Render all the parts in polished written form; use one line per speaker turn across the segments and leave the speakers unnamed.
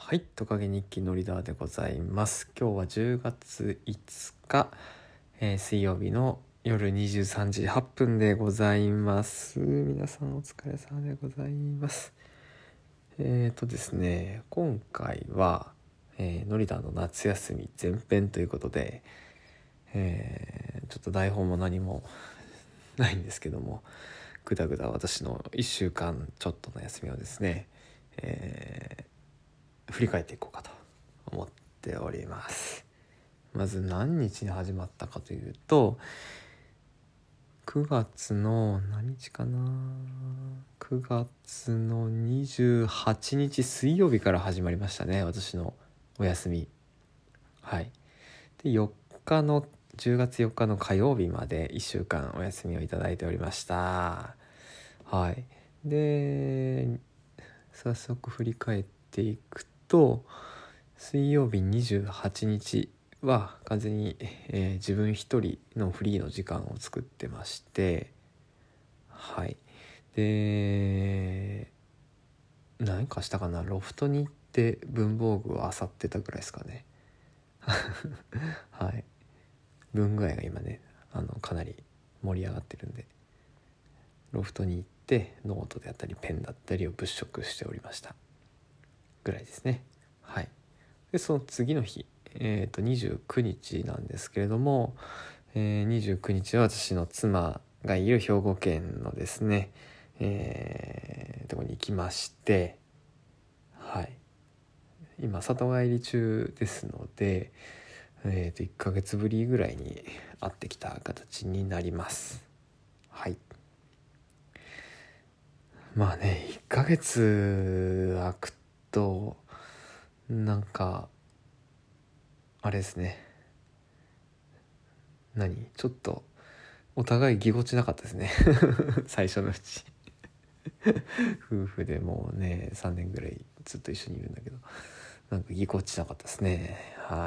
はい、トカゲ日記のリーダーでございます。今日は10月5日、水曜日の夜23時8分でございます。皆さんお疲れ様でございます。ですね、今回は、ノリダーの夏休み前編ということで、ちょっと台本も何もないんですけども、ぐだぐだ私の1週間ちょっとの休みをですね、振り返っていこうかと思っております。まず何日に始まったかというと、9月の何日かな、9月の28日水曜日から始まりましたね、私のお休み。はい。で4日の10月4日の火曜日まで1週間お休みをいただいておりました。はい。で早速振り返っていくと、水曜日28日は完全に、自分一人のフリーの時間を作ってまして、はい。で何かしたかな、ロフトに行って文房具を漁ってたぐらいですかね。はい。文具愛が今ねかなり盛り上がってるんで、ロフトに行ってノートであったりペンだったりを物色しておりましたぐらいですね。はい。でその次の日、29日なんですけれども、29日は私の妻がいる兵庫県のですね、とこに行きまして、はい。今里帰り中ですので、1ヶ月ぶりぐらいに会ってきた形になります。はい。まあね、1ヶ月空くとなんかあれですね、ちょっとお互いぎこちなかったですね最初のうち夫婦でもうね3年ぐらいずっと一緒にいるんだけど、なんかぎこちなかったですね。はい。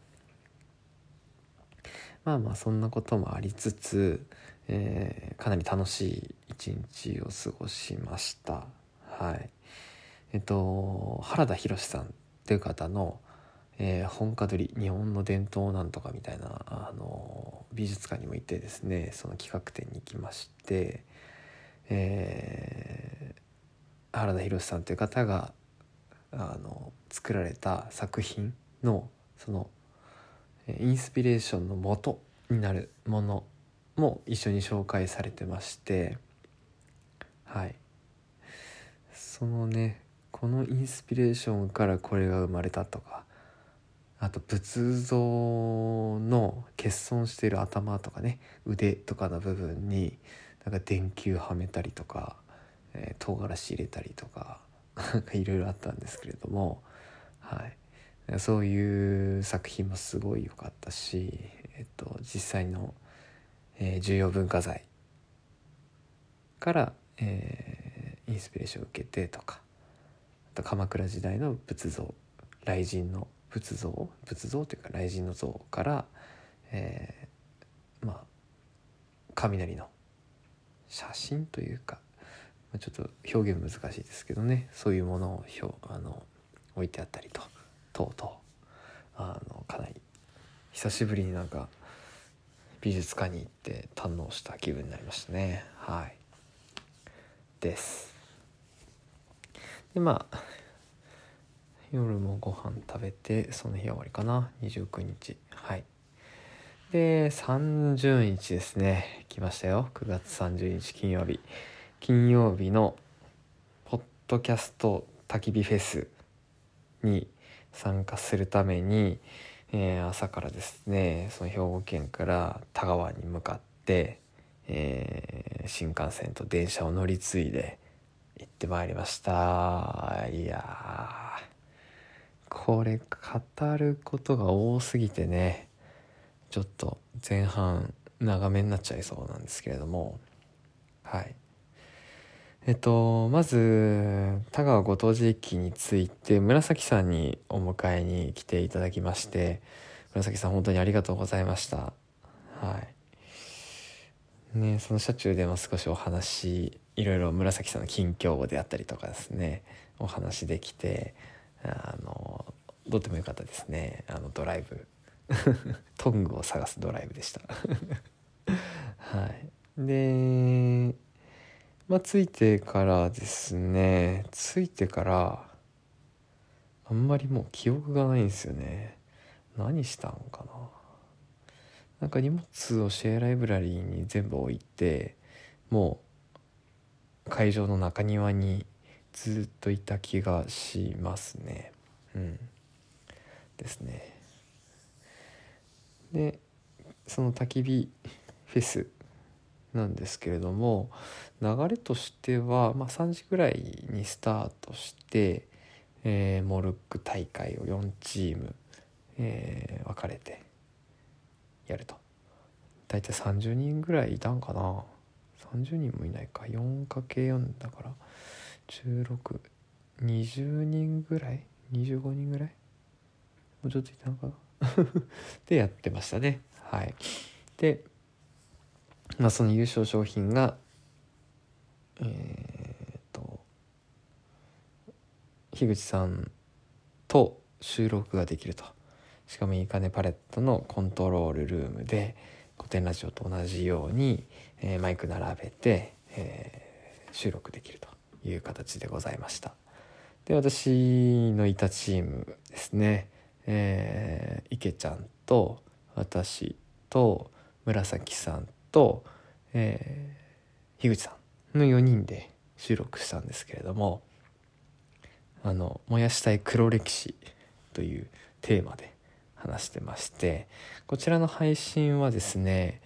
まあまあそんなこともありつつ、かなり楽しい一日を過ごしました。はい。原田博さんっていう方の、本歌取り日本の伝統なんとかみたいな美術館にも行ってですね、その企画展に行きまして、原田博さんという方が作られた作品のそのインスピレーションの元になるものも一緒に紹介されてまして、はい。そのね、このインスピレーションからこれが生まれたとか、あと仏像の欠損している頭とかね、腕とかの部分になんか電球はめたりとか、唐辛子入れたりとかなんかいろいろあったんですけれども、はい。そういう作品もすごい良かったし、実際の、重要文化財から、インスピレーションを受けてとか、あと鎌倉時代の仏像、雷神の仏像というか雷神の像から、まあ雷の写真というか、ちょっと表現難しいですけどね、そういうものを置いてあったりとかなり久しぶりになんか美術館に行って堪能した気分になりましたね。はいです。でまあ夜もご飯食べて、その日は終わりかな、29日。はい。で30日ですね、来ましたよ。9月30日金曜日のポッドキャスト焚き火フェスに参加するために、朝からですね、その兵庫県から田川に向かって、新幹線と電車を乗り継いで行ってまいりました。いやこれ語ることが多すぎてね、ちょっと前半長めになっちゃいそうなんですけれども、はい。まず田川ご当地駅について紫さんにお迎えに来ていただきまして、紫さん本当にありがとうございました。はいね、その車中でも少しお話、いろいろ紫さんの近況であったりとかですね、お話できて、 どうでもよかったですね。ドライブトングを探すドライブでしたはい。で着いてからあんまりもう記憶がないんですよね。何したんかな。なんか荷物をシェアライブラリーに全部置いて、もう会場の中庭にずっといた気がしますね。ですね。でその焚き火フェスなんですけれども、流れとしては、3時ぐらいにスタートして、モルック大会を4チーム、分かれてやると。大体30人ぐらいいたんかな。30人もいないか。 4×4 だから1620人ぐらい、25人ぐらい、もうちょっといたのかなでやってましたね。はい。でその優勝商品が樋口さんと収録ができると。しかもいいかねパレットのコントロールルームで古典ラジオと同じように、マイク並べて、収録できるという形でございました。で私のいたチームですね、池ちゃんと私と紫さんと、樋口さんの4人で収録したんですけれども、燃やしたい黒歴史というテーマで話してまして、こちらの配信はですね、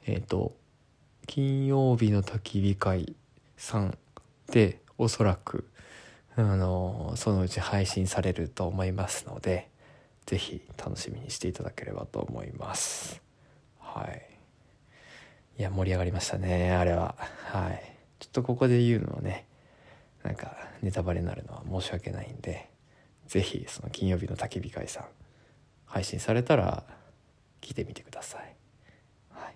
金曜日の焚き火会さんでおそらくそのうち配信されると思いますので、ぜひ楽しみにしていただければと思います。はい。いや盛り上がりましたね、あれは。はい。ちょっとここで言うのはね、なんかネタバレになるのは申し訳ないんで、ぜひその金曜日の焚き火会さん配信されたら聞いてみてください。はい。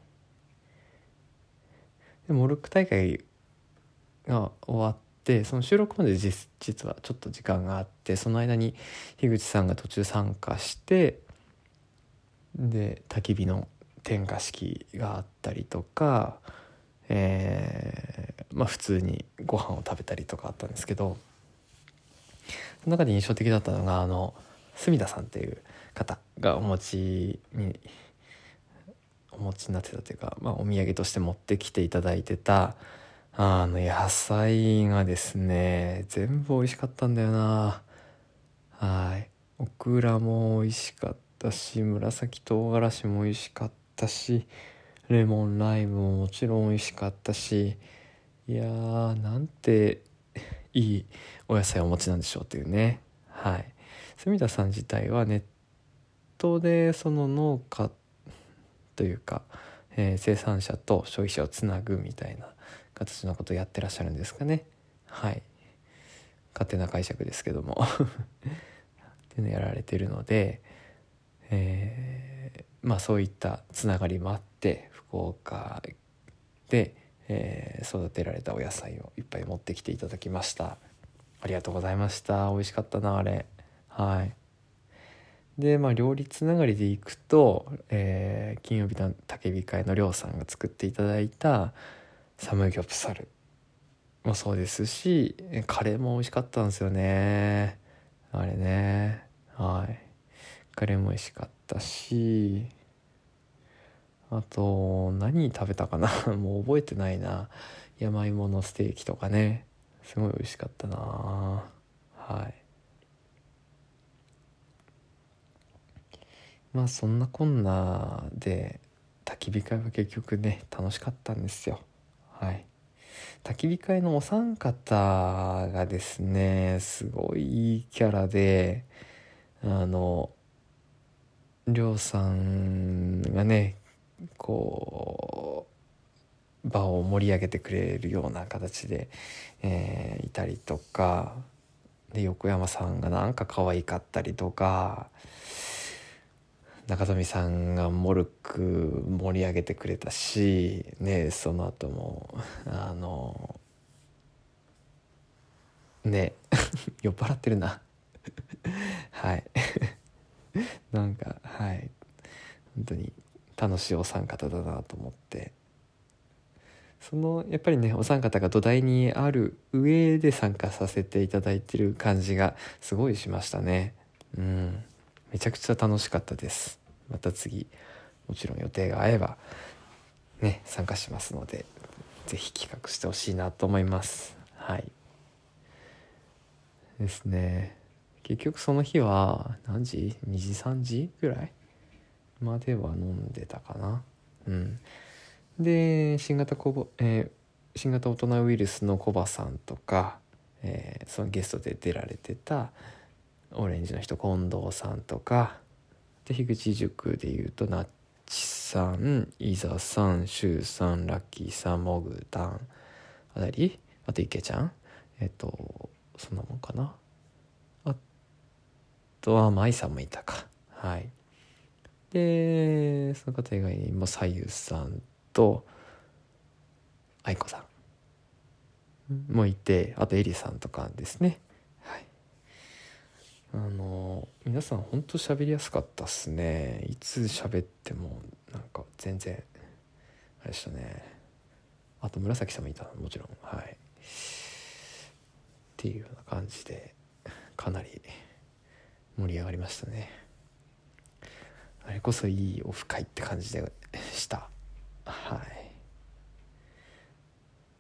でモルック大会が終わって、その収録まで実はちょっと時間があって、その間に樋口さんが途中参加して、で焚き火の点火式があったりとか、普通にご飯を食べたりとかあったんですけど、その中で印象的だったのが住田さんっていう方がお持ちになってたというか、お土産として持ってきていただいてた野菜がですね、全部美味しかったんだよな。はい。オクラも美味しかったし、紫唐辛子も美味しかったし、レモンライムももちろん美味しかったし、いやーなんていいお野菜をお持ちなんでしょうというね。はい。住田さん自体はネットでその農家というか、生産者と消費者をつなぐみたいな形のことをやってらっしゃるんですかね。はい。勝手な解釈ですけどもっていうのをやられているので、そういったつながりもあって福岡で、育てられたお野菜をいっぱい持ってきていただきました。ありがとうございました。美味しかったなあれ。はい。で料理つながりでいくと、金曜日の焚き火会のりょうさんが作っていただいたサムギョプサルもそうですし、カレーも美味しかったんですよね、あれね。はい。カレーも美味しかったし、あと何食べたかなもう覚えてないな。山芋のステーキとかね、すごい美味しかったな。はい。そんなこんなで焚き火会は結局ね楽しかったんですよ。はい。焚き火会のお三方がですねすごいいいキャラで、りょうさんがねこう場を盛り上げてくれるような形で、いたりとかで、横山さんがなんか可愛かったりとか、中富さんがモルック盛り上げてくれたしね、その後もね酔っ払ってるなはいなんかはい本当に楽しいお三方だなと思って、やっぱりねお三方が土台にある上で参加させていただいてる感じがすごいしましたね。めちゃくちゃ楽しかったです。また次もちろん予定が合えばね参加しますので、ぜひ企画してほしいなと思います。はいですね。結局その日は何時 ?2 時3時ぐらいまでは飲んでたかな。で新型大人ウイルスのコバさんとか、そのゲストで出られてたオレンジの人近藤さんとかで、樋口塾でいうとなっちさん、伊沢さん、シュウさん、ラッキーさん、モグタンあたり、あと池ちゃん、そんなもんかな。あとは舞さんもいたか。はい。でその方以外にも左右さんと愛子さんもいて、あとエリさんとかですね。はい。皆さん本当喋りやすかったっすね。いつ喋ってもなんか全然あれでしたね。あと紫さんもいた、もちろん。はい。っていうような感じでかなり盛り上がりましたね。あれこそいいオフ会って感じでした。はい。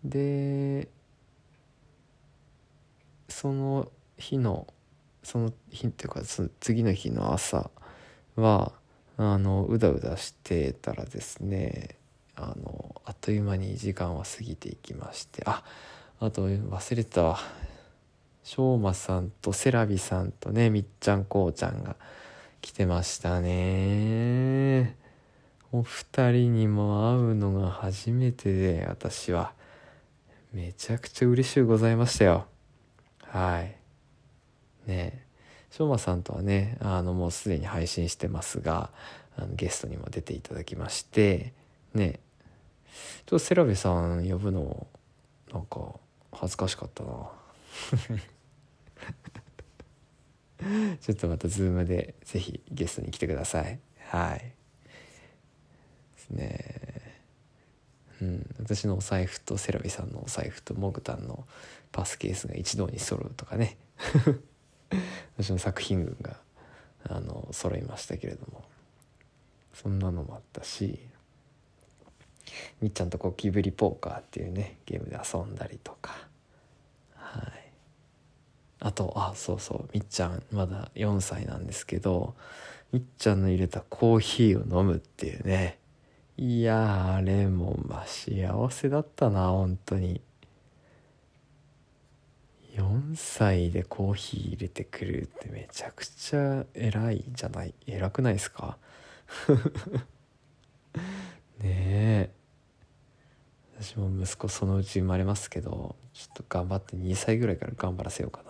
でその日っていうかその次の日の朝はうだうだしてたらですね、あっという間に時間は過ぎていきまして、あと忘れてたわ、しょうまさんとセラビさんとねみっちゃんこうちゃんが来てましたね。お二人にも会うのが初めてで、私はめちゃくちゃ嬉しゅうございましたよ。はいね。しょうまさんとはねもうすでに配信してますが、ゲストにも出ていただきましてね、ちょっとセラビさん呼ぶのなんか恥ずかしかったなちょっとまたズームでぜひゲストに来てください。はいですね。私のお財布とセラビさんのお財布とモグタンのパスケースが一堂に揃うとかね私の作品群が揃いましたけれども、そんなのもあったし、みっちゃんとゴキブリポーカーっていうねゲームで遊んだりとか、はい。あとそうそう、みっちゃんまだ4歳なんですけど、みっちゃんの入れたコーヒーを飲むっていうね、いやーあれも幸せだったな本当に。4歳でコーヒー入れてくるってめちゃくちゃ偉くないですかねえ。私も息子そのうち生まれますけど、ちょっと頑張って2歳ぐらいから頑張らせようか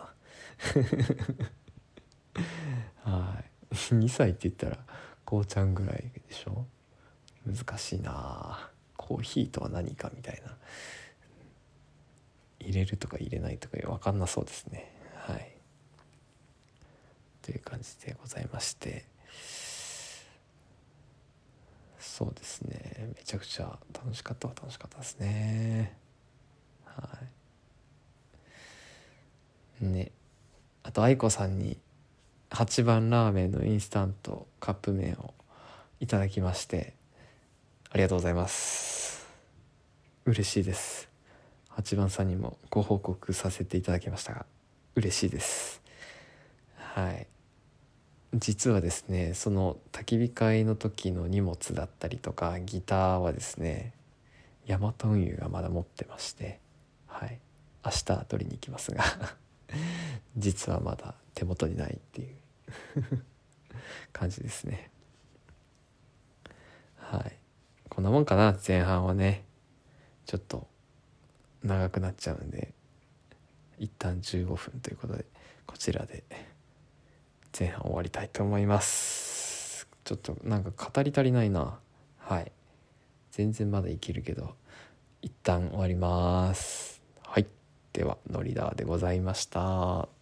なはい2歳って言ったらこうちゃんぐらいでしょ。難しいな。コーヒーとは何かみたいな、入れるとか入れないとか分かんなそうですね。はいという感じでございまして、そうですね、めちゃくちゃ楽しかったですね。はいね。あと愛子さんに8番ラーメンのインスタントカップ麺をいただきまして、ありがとうございます。嬉しいです。8番さんにもご報告させていただきましたが嬉しいです。はい。実はですね、その焚き火会の時の荷物だったりとかギターはですね、ヤマト運輸がまだ持ってまして、はい、明日取りに行きますが実はまだ手元にないっていう感じですね。はい、こんなもんかな。前半はねちょっと長くなっちゃうんで一旦15分ということでこちらで前半終わりたいと思います。ちょっとなんか語り足りないな。はい、全然まだいけるけど一旦終わります。はい、ではノリダーでございました。